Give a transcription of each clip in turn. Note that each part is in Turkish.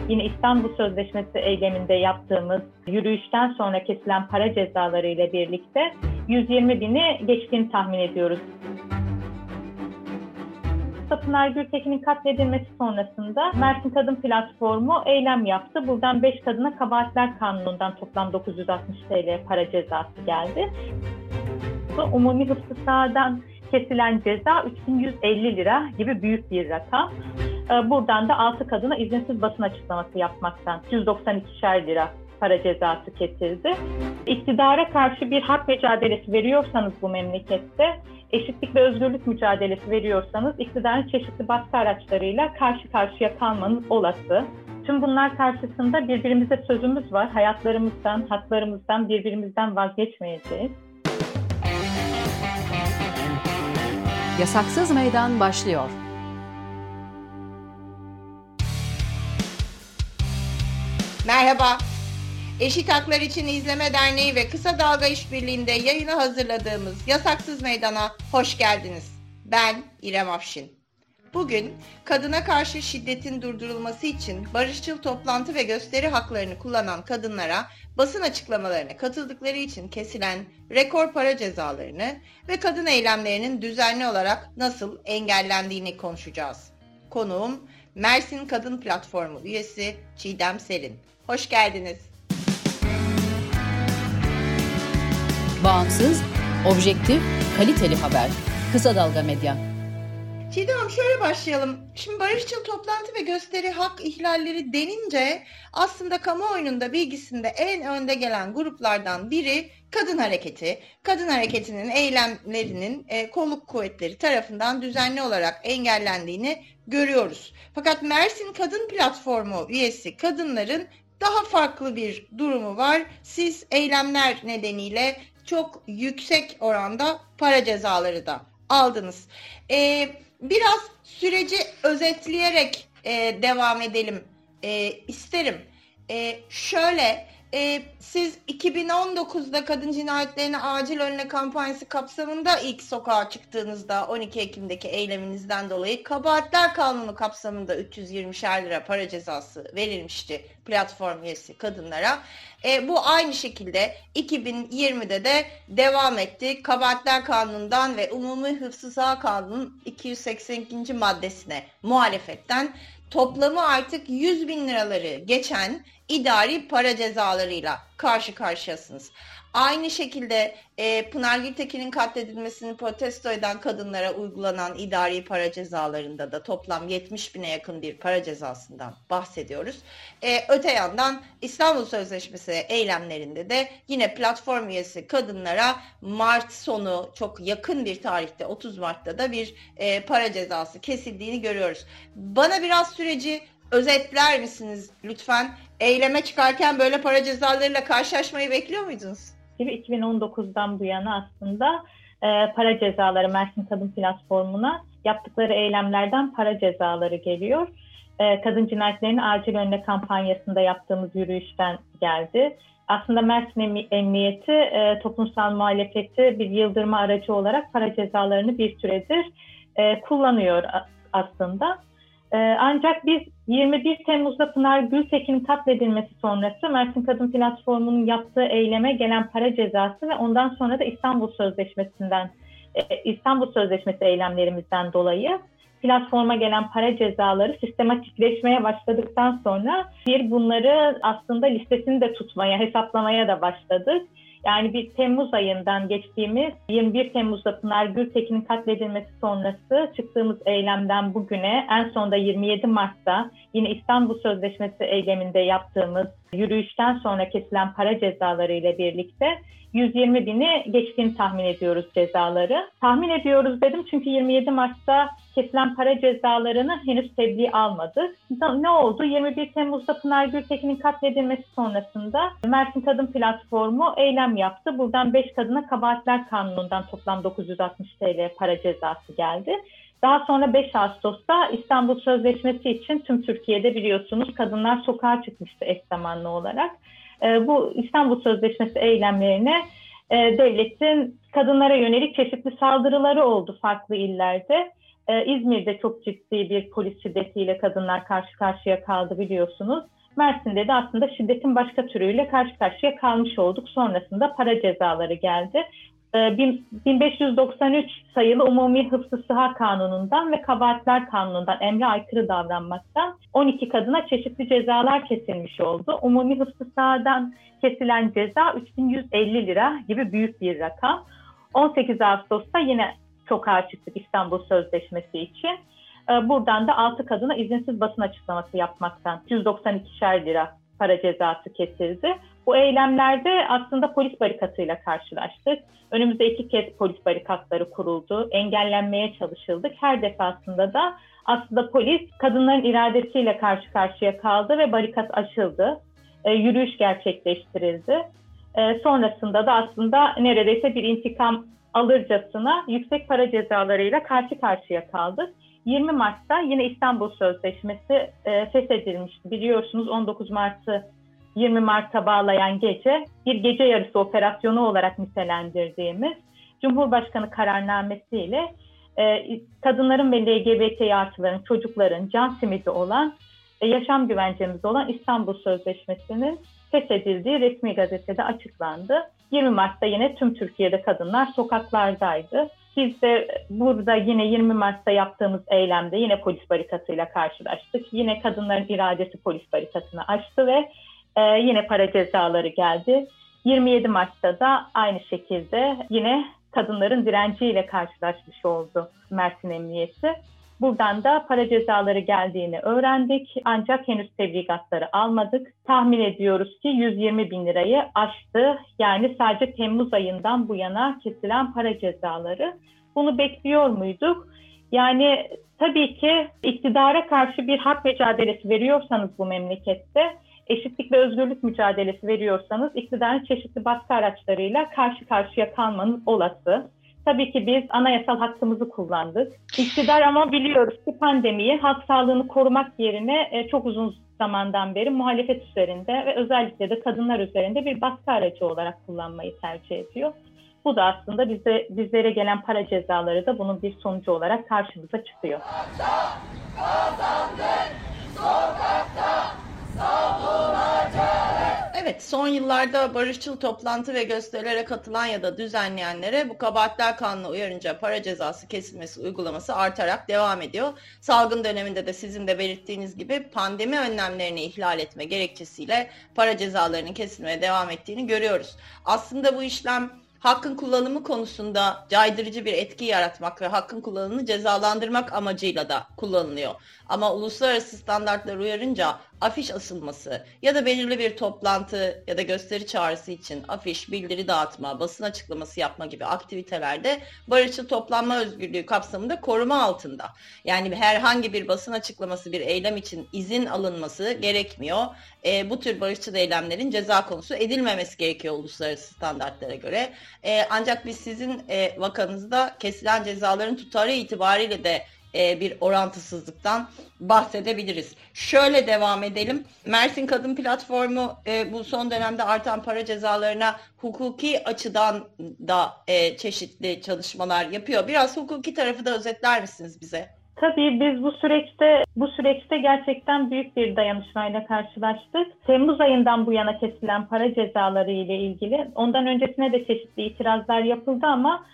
yine İstanbul Sözleşmesi eyleminde yaptığımız yürüyüşten sonra kesilen para cezaları ile birlikte 120 bini geçtiğini tahmin ediyoruz. Pınar Gültekin'in katledilmesi sonrasında Mersin Kadın Platformu eylem yaptı. Buradan 5 kadına Kabahatler Kanunu'ndan toplam 960 TL para cezası geldi. Umumi hıfzı sahadan kesilen ceza 3150 lira gibi büyük bir rakam. Buradan da 6 kadına izinsiz basın açıklaması yapmaktan 192'şer lira para cezası kesildi. İktidara karşı bir hak mücadelesi veriyorsanız bu memlekette, eşitlik ve özgürlük mücadelesi veriyorsanız iktidarın çeşitli baskı araçlarıyla karşı karşıya kalmanız olası. Tüm bunlar karşısında birbirimize sözümüz var. Hayatlarımızdan, haklarımızdan birbirimizden vazgeçmeyeceğiz. Yasaksız Meydan başlıyor. Merhaba. Eşit Haklar İçin İzleme Derneği ve Kısa Dalga İşbirliği'nde yayına hazırladığımız Yasaksız Meydan'a hoş geldiniz. Ben İrem Afşin. Bugün kadına karşı şiddetin durdurulması için barışçıl toplantı ve gösteri haklarını kullanan kadınlara basın açıklamalarına katıldıkları için kesilen rekor para cezalarını ve kadın eylemlerinin düzenli olarak nasıl engellendiğini konuşacağız. Konuğum Mersin Kadın Platformu üyesi Çiğdem Selin. Hoş geldiniz. Bağımsız, objektif, kaliteli haber. Kısa Dalga Medya. Çiğdem Hanım, şöyle başlayalım. Şimdi barışçıl toplantı ve gösteri hak ihlalleri denince aslında kamuoyunun bilgisinde en önde gelen gruplardan biri kadın hareketi. Kadın hareketinin eylemlerinin kolluk kuvvetleri tarafından düzenli olarak engellendiğini görüyoruz. Fakat Mersin Kadın Platformu üyesi kadınların daha farklı bir durumu var. Siz eylemler nedeniyle çok yüksek oranda para cezaları da aldınız. Biraz süreci özetleyerek devam edelim isterim. Siz 2019'da kadın cinayetlerini acil önle kampanyası kapsamında ilk sokağa çıktığınızda 12 Ekim'deki eyleminizden dolayı Kabahatler Kanunu kapsamında 320'şer lira para cezası verilmişti platform üyesi kadınlara. Bu aynı şekilde 2020'de de devam etti. Kabahatler Kanunu'ndan ve Umumi Hıfzı Saha Kanunu'nun 282. maddesine muhalefetten toplamı artık 100 bin liraları geçen idari para cezalarıyla karşı karşıyasınız. Aynı şekilde Pınar Gültekin'in katledilmesini protesto eden kadınlara uygulanan idari para cezalarında da toplam 70 bine yakın bir para cezasından bahsediyoruz. Öte yandan İstanbul Sözleşmesi eylemlerinde de yine platform üyesi kadınlara Mart sonu çok yakın bir tarihte 30 Mart'ta da bir para cezası kesildiğini görüyoruz. Bana biraz süreci özetler misiniz lütfen? Eyleme çıkarken böyle para cezalarıyla karşılaşmayı bekliyor muydunuz? 2019'dan bu yana aslında para cezaları Mersin Kadın Platformu'na yaptıkları eylemlerden para cezaları geliyor. Kadın cinayetlerini acil önle kampanyasında yaptığımız yürüyüşten geldi. Aslında Mersin Emniyeti toplumsal muhalefeti bir yıldırma aracı olarak para cezalarını bir süredir kullanıyor aslında. Ancak biz 21 Temmuz'da Pınar Gültekin'in katledilmesi sonrası Mersin Kadın Platformu'nun yaptığı eyleme gelen para cezası ve ondan sonra da İstanbul Sözleşmesi eylemlerimizden dolayı platforma gelen para cezaları sistematikleşmeye başladıktan sonra bunları aslında listesini de tutmaya, hesaplamaya da başladık. Yani bir Temmuz ayından geçtiğimiz 21 Temmuz'da Pınar Gültekin'in katledilmesi sonrası çıktığımız eylemden bugüne en sonunda 27 Mart'ta yine İstanbul Sözleşmesi eyleminde yaptığımız yürüyüşten sonra kesilen para cezaları ile birlikte 120 bini geçtiğini tahmin ediyoruz cezaları. Tahmin ediyoruz dedim çünkü 27 Mart'ta kesilen para cezalarını henüz tebliğ almadık. Ne oldu? 21 Temmuz'da Pınar Gültekin'in katledilmesi sonrasında Mersin Kadın Platformu eylem yaptı. Buradan 5 kadına Kabahatler Kanunu'ndan toplam 960 TL para cezası geldi. Daha sonra 5 Ağustos'ta İstanbul Sözleşmesi için tüm Türkiye'de biliyorsunuz kadınlar sokağa çıkmıştı eş zamanlı olarak. Bu İstanbul Sözleşmesi eylemlerine devletin kadınlara yönelik çeşitli saldırıları oldu farklı illerde. İzmir'de çok ciddi bir polis şiddetiyle kadınlar karşı karşıya kaldı biliyorsunuz. Mersin'de de aslında şiddetin başka türüyle karşı karşıya kalmış olduk. Sonrasında para cezaları geldi. 1593 sayılı Umumi Hıfzı Sıha Kanunu'ndan ve Kabahatler Kanunu'ndan emre aykırı davranmaktan 12 kadına çeşitli cezalar kesilmiş oldu. Umumi Hıfzı Sıha'dan kesilen ceza 3150 lira gibi büyük bir rakam. 18 Ağustos'ta yine sokağa çıktık İstanbul Sözleşmesi için. Buradan da 6 kadına izinsiz basın açıklaması yapmaktan 192'şer lira para cezası kesildi. Bu eylemlerde aslında polis barikatıyla karşılaştık. Önümüzde 2 kez polis barikatları kuruldu. Engellenmeye çalışıldık. Her defasında da aslında polis kadınların iradesiyle karşı karşıya kaldı ve barikat aşıldı. Yürüyüş gerçekleştirildi. Sonrasında da aslında neredeyse bir intikam alırcasına yüksek para cezalarıyla karşı karşıya kaldık. 20 Mart'ta yine İstanbul Sözleşmesi feshedilmişti. Biliyorsunuz 19 Mart'ı 20 Mart'a bağlayan gece bir gece yarısı operasyonu olarak nitelendirdiğimiz Cumhurbaşkanı kararnamesiyle kadınların ve LGBT artıların, çocukların can simidi olan, yaşam güvencemiz olan İstanbul Sözleşmesi'nin feshedildiği resmi gazetede açıklandı. 20 Mart'ta yine tüm Türkiye'de kadınlar sokaklardaydı. Biz de burada yine 20 Mart'ta yaptığımız eylemde yine polis barikatıyla karşılaştık. Yine kadınların iradesi polis barikatını aştı ve yine para cezaları geldi. 27 Mart'ta da aynı şekilde yine kadınların direnciyle karşılaşmış oldu Mersin Emniyeti. Buradan da para cezaları geldiğini öğrendik ancak henüz tebligatları almadık. Tahmin ediyoruz ki 120 bin lirayı aştı. Yani sadece Temmuz ayından bu yana kesilen para cezaları. Bunu bekliyor muyduk? Yani tabii ki iktidara karşı bir hak mücadelesi veriyorsanız bu memlekette, eşitlik ve özgürlük mücadelesi veriyorsanız iktidarın çeşitli baskı araçlarıyla karşı karşıya kalmanız olası. Tabii ki biz anayasal hakkımızı kullandık. İktidar ama biliyoruz ki pandemiyi halk sağlığını korumak yerine çok uzun zamandan beri muhalefet üzerinde ve özellikle de kadınlar üzerinde bir baskı aracı olarak kullanmayı tercih ediyor. Bu da aslında bizlere gelen para cezaları da bunun bir sonucu olarak karşımıza çıkıyor. Evet, son yıllarda barışçıl toplantı ve gösterilere katılan ya da düzenleyenlere bu Kabahatler Kanunu uyarınca para cezası kesilmesi uygulaması artarak devam ediyor. Salgın döneminde de sizin de belirttiğiniz gibi pandemi önlemlerini ihlal etme gerekçesiyle para cezalarının kesilmeye devam ettiğini görüyoruz. Aslında bu işlem hakkın kullanımı konusunda caydırıcı bir etki yaratmak ve hakkın kullanımını cezalandırmak amacıyla da kullanılıyor. Ama uluslararası standartlar uyarınca afiş asılması ya da belirli bir toplantı ya da gösteri çağrısı için afiş, bildiri dağıtma, basın açıklaması yapma gibi aktivitelerde barışçıl toplanma özgürlüğü kapsamında koruma altında. Yani herhangi bir basın açıklaması, bir eylem için izin alınması gerekmiyor. Bu tür barışçıl eylemlerin ceza konusu edilmemesi gerekiyor uluslararası standartlara göre. Ancak biz sizin vakanızda kesilen cezaların tutarı itibariyle de bir orantısızlıktan bahsedebiliriz. Şöyle devam edelim. Mersin Kadın Platformu bu son dönemde artan para cezalarına hukuki açıdan da çeşitli çalışmalar yapıyor. Biraz hukuki tarafı da özetler misiniz bize? Tabii biz bu süreçte gerçekten büyük bir dayanışmayla karşılaştık. Temmuz ayından bu yana kesilen para cezaları ile ilgili ondan öncesine de çeşitli itirazlar yapıldı ama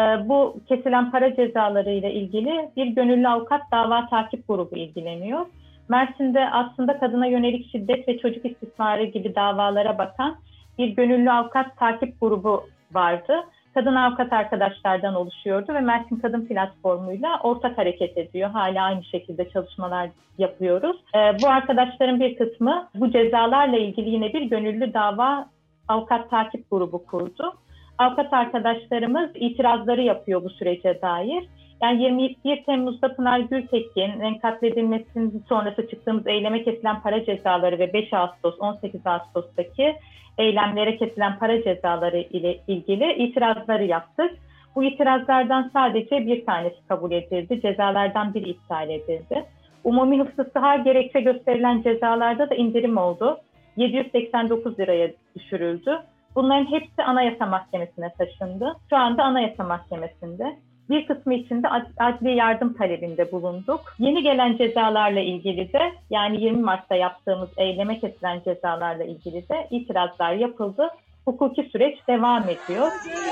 bu kesilen para cezaları ile ilgili bir gönüllü avukat dava takip grubu ilgileniyor. Mersin'de aslında kadına yönelik şiddet ve çocuk istismarı gibi davalara bakan bir gönüllü avukat takip grubu vardı. Kadın avukat arkadaşlardan oluşuyordu ve Mersin Kadın Platformu'yla ortak hareket ediyor. Hala aynı şekilde çalışmalar yapıyoruz. Bu arkadaşların bir kısmı bu cezalarla ilgili yine bir gönüllü dava avukat takip grubu kurdu. Avukat arkadaşlarımız itirazları yapıyor bu sürece dair. Yani 21 Temmuz'da Pınar Gültekin katledilmesinin sonrası çıktığımız eyleme kesilen para cezaları ve 5 Ağustos, 18 Ağustos'taki eylemlere kesilen para cezaları ile ilgili itirazları yaptık. Bu itirazlardan sadece bir tanesi kabul edildi. Cezalardan biri iptal edildi. Umumi hıfzı sıha gerekçe gösterilen cezalarda da indirim oldu. 789 liraya düşürüldü. Bunların hepsi Anayasa Mahkemesi'ne taşındı. Şu anda Anayasa Mahkemesi'nde. Bir kısmı için de adli yardım talebinde bulunduk. Yeni gelen cezalarla ilgili de, yani 20 Mart'ta yaptığımız eyleme kesilen cezalarla ilgili de itirazlar yapıldı. Hukuki süreç devam ediyor.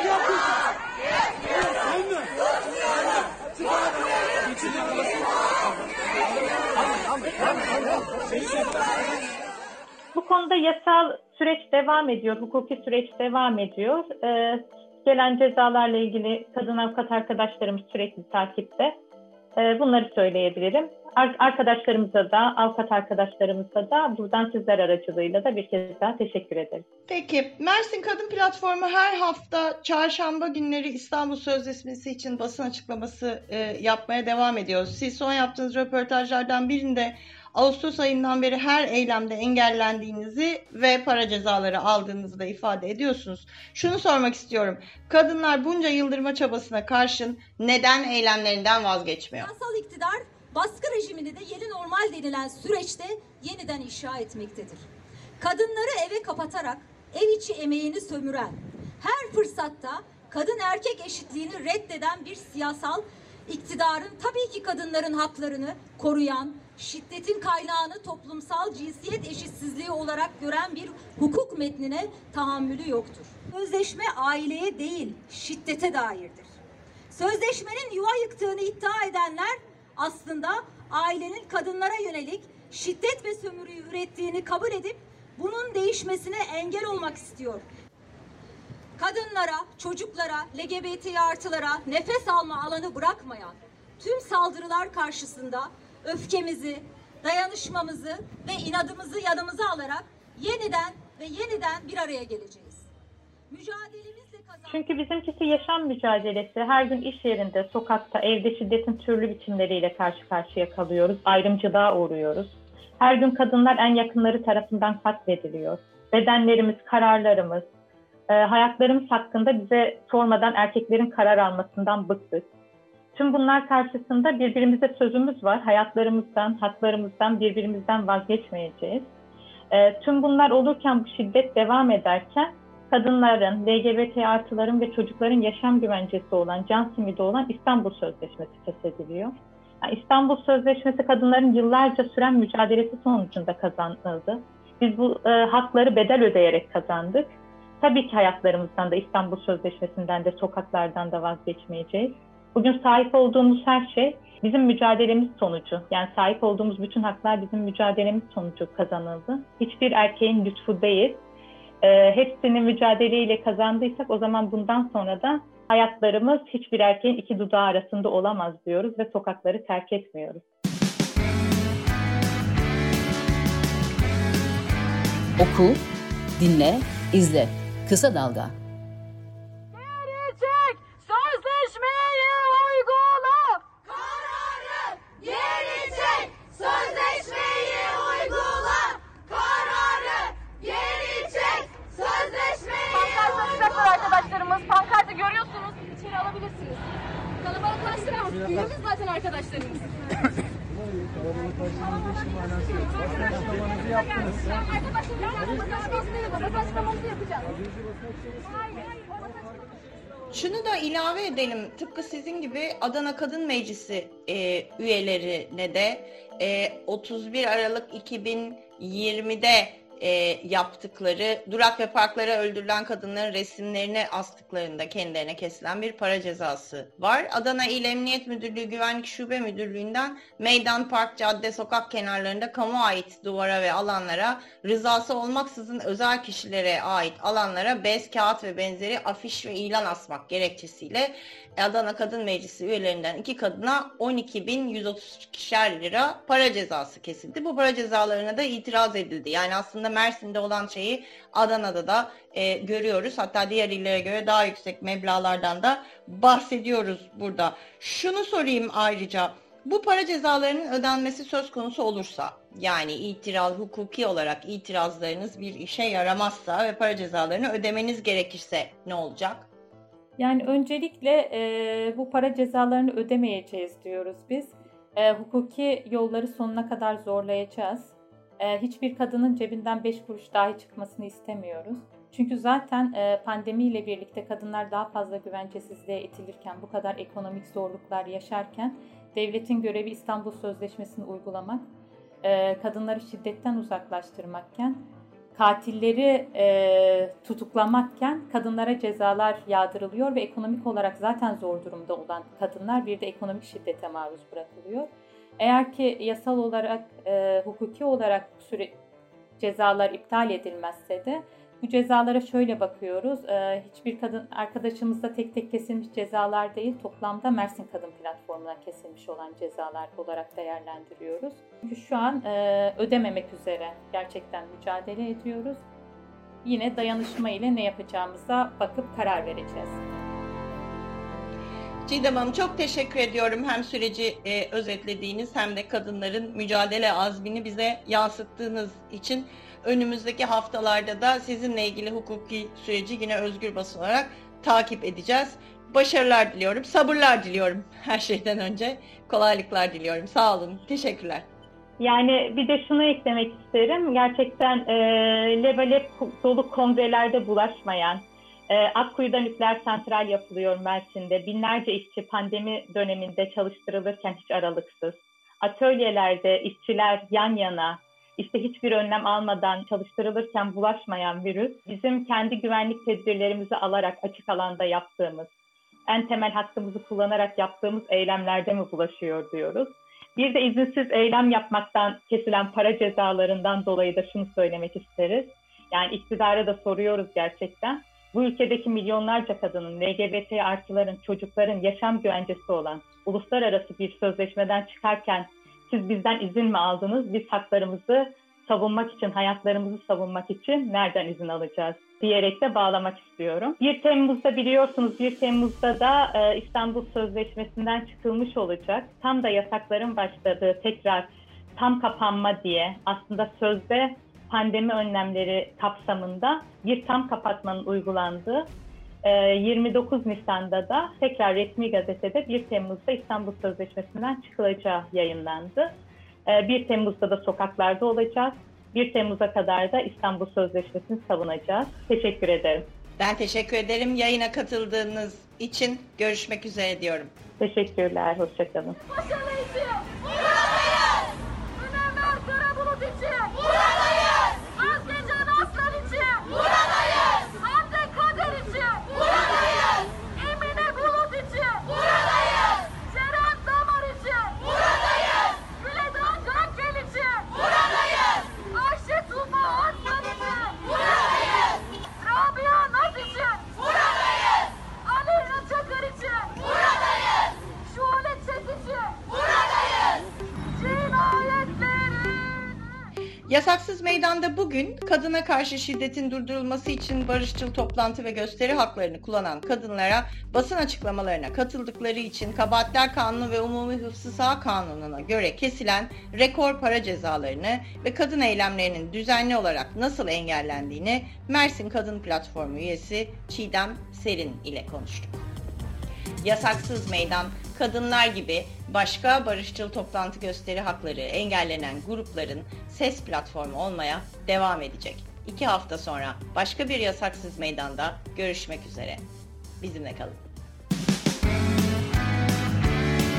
Bu konuda yasal süreç devam ediyor, hukuki süreç devam ediyor. Gelen cezalarla ilgili kadın avukat arkadaşlarımız sürekli takipte. Bunları söyleyebilirim. Arkadaşlarımıza da, avukat arkadaşlarımıza da buradan sizler aracılığıyla da bir kez daha teşekkür ederim. Peki, Mersin Kadın Platformu her hafta çarşamba günleri İstanbul Sözleşmesi için basın açıklaması yapmaya devam ediyor. Siz son yaptığınız röportajlardan birinde Ağustos ayından beri her eylemde engellendiğinizi ve para cezaları aldığınızı da ifade ediyorsunuz. Şunu sormak istiyorum. Kadınlar bunca yıldırma çabasına karşın neden eylemlerinden vazgeçmiyor? Siyasal iktidar baskı rejimini de yeni normal denilen süreçte yeniden inşa etmektedir. Kadınları eve kapatarak ev içi emeğini sömüren, her fırsatta kadın erkek eşitliğini reddeden bir siyasal iktidarın tabii ki kadınların haklarını koruyan, şiddetin kaynağını toplumsal cinsiyet eşitsizliği olarak gören bir hukuk metnine tahammülü yoktur. Sözleşme aileye değil, şiddete dairdir. Sözleşmenin yuva yıktığını iddia edenler aslında ailenin kadınlara yönelik şiddet ve sömürüyü ürettiğini kabul edip bunun değişmesine engel olmak istiyor. Kadınlara, çocuklara, LGBT artılara nefes alma alanı bırakmayan tüm saldırılar karşısında öfkemizi, dayanışmamızı ve inadımızı yanımıza alarak yeniden bir araya geleceğiz. Mücadelemizle Çünkü bizimkisi yaşam mücadelesi. Her gün iş yerinde, sokakta, evde şiddetin türlü biçimleriyle karşı karşıya kalıyoruz. Ayrımcılığa uğruyoruz. Her gün kadınlar en yakınları tarafından katlediliyor. Bedenlerimiz, kararlarımız, hayatlarımız hakkında bize sormadan erkeklerin karar almasından bıktık. Tüm bunlar karşısında birbirimize sözümüz var. Hayatlarımızdan, haklarımızdan, birbirimizden vazgeçmeyeceğiz. Tüm bunlar olurken, bu şiddet devam ederken kadınların, LGBT artıların ve çocukların yaşam güvencesi olan, can simidi olan İstanbul Sözleşmesi feshediliyor. Yani İstanbul Sözleşmesi kadınların yıllarca süren mücadelesi sonucunda kazanıldı. Biz bu hakları bedel ödeyerek kazandık. Tabii ki hayatlarımızdan da, İstanbul Sözleşmesi'nden de, sokaklardan da vazgeçmeyeceğiz. Bugün sahip olduğumuz her şey bizim mücadelemiz sonucu. Yani sahip olduğumuz bütün haklar bizim mücadelemiz sonucu kazanıldı. Hiçbir erkeğin lütfu değil. Hepsini mücadeleyle kazandıysak o zaman bundan sonra da hayatlarımız hiçbir erkeğin iki dudağı arasında olamaz diyoruz ve sokakları terk etmiyoruz. Oku, dinle, izle. Kısa Dalga. Geri çek, sözleşmeyi uygula. Kararı geri çek, sözleşmeyi uygula. Kararı geri çek, sözleşmeyi uygula. Arkadaşlarımız pankartı görüyorsunuz. İçeri alabilirsiniz. Kalabalıklaştırıyoruz. Büyüğümüz zaten arkadaşlarımız. Kalabalıklaştırmanızda hiçbir manası yok. Basın açıklamanızı yaptınız. Basın açıklamanızı yapacağız. Şunu da ilave edelim. Tıpkı sizin gibi Adana Kadın Meclisi üyelerine de 31 Aralık 2020'de yaptıkları, durak ve parklara öldürülen kadınların resimlerini astıklarında kendilerine kesilen bir para cezası var. Adana İl Emniyet Müdürlüğü Güvenlik Şube Müdürlüğü'nden meydan, park, cadde, sokak kenarlarında kamu ait duvara ve alanlara, rızası olmaksızın özel kişilere ait alanlara bez, kağıt ve benzeri afiş ve ilan asmak gerekçesiyle Adana Kadın Meclisi üyelerinden 2 kadına 12.132'şer lira para cezası kesildi. Bu para cezalarına da itiraz edildi. Yani aslında Mersin'de olan şeyi Adana'da da görüyoruz. Hatta diğer illere göre daha yüksek meblağlardan da bahsediyoruz burada. Şunu sorayım ayrıca. Bu para cezalarının ödenmesi söz konusu olursa, yani hukuki olarak itirazlarınız bir işe yaramazsa ve para cezalarını ödemeniz gerekirse ne olacak? Yani öncelikle bu para cezalarını ödemeyeceğiz diyoruz biz. Hukuki yolları sonuna kadar zorlayacağız. Hiçbir kadının cebinden 5 kuruş dahi çıkmasını istemiyoruz. Çünkü zaten pandemiyle birlikte kadınlar daha fazla güvencesizliğe itilirken, bu kadar ekonomik zorluklar yaşarken devletin görevi İstanbul Sözleşmesi'ni uygulamak, kadınları şiddetten uzaklaştırmakken, katilleri tutuklamakken kadınlara cezalar yağdırılıyor ve ekonomik olarak zaten zor durumda olan kadınlar bir de ekonomik şiddete maruz bırakılıyor. Eğer ki yasal olarak, hukuki olarak cezalar iptal edilmezse de bu cezalara şöyle bakıyoruz. Hiçbir kadın arkadaşımızda tek tek kesilmiş cezalar değil, toplamda Mersin Kadın Platformu'na kesilmiş olan cezalar olarak değerlendiriyoruz. Çünkü şu an ödememek üzere gerçekten mücadele ediyoruz. Yine dayanışma ile ne yapacağımıza bakıp karar vereceğiz. Çiğdem Hanım, çok teşekkür ediyorum. Hem süreci özetlediğiniz hem de kadınların mücadele azmini bize yansıttığınız için. Önümüzdeki haftalarda da sizinle ilgili hukuki süreci yine Özgür Basın olarak takip edeceğiz. Başarılar diliyorum, sabırlar diliyorum her şeyden önce. Kolaylıklar diliyorum. Sağ olun, teşekkürler. Yani bir de şunu eklemek isterim. Gerçekten lebalep dolu kongrelerde bulaşmayan, Akkuyu'da nükleer santral yapılıyor Mersin'de. Binlerce işçi pandemi döneminde çalıştırılırken hiç aralıksız. Atölyelerde işçiler yan yana, İşte hiçbir önlem almadan çalıştırılırken bulaşmayan virüs, bizim kendi güvenlik tedbirlerimizi alarak açık alanda yaptığımız, en temel hakkımızı kullanarak yaptığımız eylemlerde mi bulaşıyor diyoruz. Bir de izinsiz eylem yapmaktan kesilen para cezalarından dolayı da şunu söylemek isteriz. Yani iktidara da soruyoruz gerçekten. Bu ülkedeki milyonlarca kadının, LGBT artıların, çocukların yaşam güvencesi olan uluslararası bir sözleşmeden çıkarken siz bizden izin mi aldınız? Biz haklarımızı savunmak için, hayatlarımızı savunmak için nereden izin alacağız diyerek de bağlamak istiyorum. 1 Temmuz'da biliyorsunuz, 1 Temmuz'da da İstanbul Sözleşmesi'nden çıkılmış olacak. Tam da yasakların başladığı tekrar tam kapanma diye aslında sözde pandemi önlemleri kapsamında bir tam kapatmanın uygulandığı 29 Nisan'da da tekrar resmi gazetede 1 Temmuz'da İstanbul Sözleşmesi'nden çıkılacağı yayınlandı. 1 Temmuz'da da sokaklarda olacağız. 1 Temmuz'a kadar da İstanbul Sözleşmesi'ni savunacağız. Teşekkür ederim. Ben teşekkür ederim. Yayına katıldığınız için görüşmek üzere diyorum. Teşekkürler, hoşçakalın. Başarı için buradayız. Münevver Karabulut için buradayız. Özgecan Aslan için buradayız. Hande Kader için buradayız. Emine Bulut için buradayız. Ceren Damar için buradayız. Güledan Cankel için buradayız. Ayşe Tuğba Aslan için buradayız. Rabia Naz için buradayız. Aleyna Çakır için buradayız. Şule Çekici buradayız. Cinayetlerin. Yasaksız Meydan'da bugün kadına karşı şiddetin durdurulması için barışçıl toplantı ve gösteri haklarını kullanan kadınlara basın açıklamalarına katıldıkları için Kabahatler Kanunu ve Umumi Hıfzı Sağ Kanunu'na göre kesilen rekor para cezalarını ve kadın eylemlerinin düzenli olarak nasıl engellendiğini Mersin Kadın Platformu üyesi Çiğdem Serin ile konuştuk. Yasaksız Meydan, kadınlar gibi başka barışçıl toplantı gösteri hakları engellenen grupların ses platformu olmaya devam edecek. 2 hafta sonra başka bir Yasaksız Meydan'da görüşmek üzere. Bizimle kalın.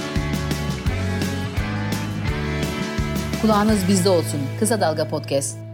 Kulağınız bizde olsun. Kısa Dalga Podcast.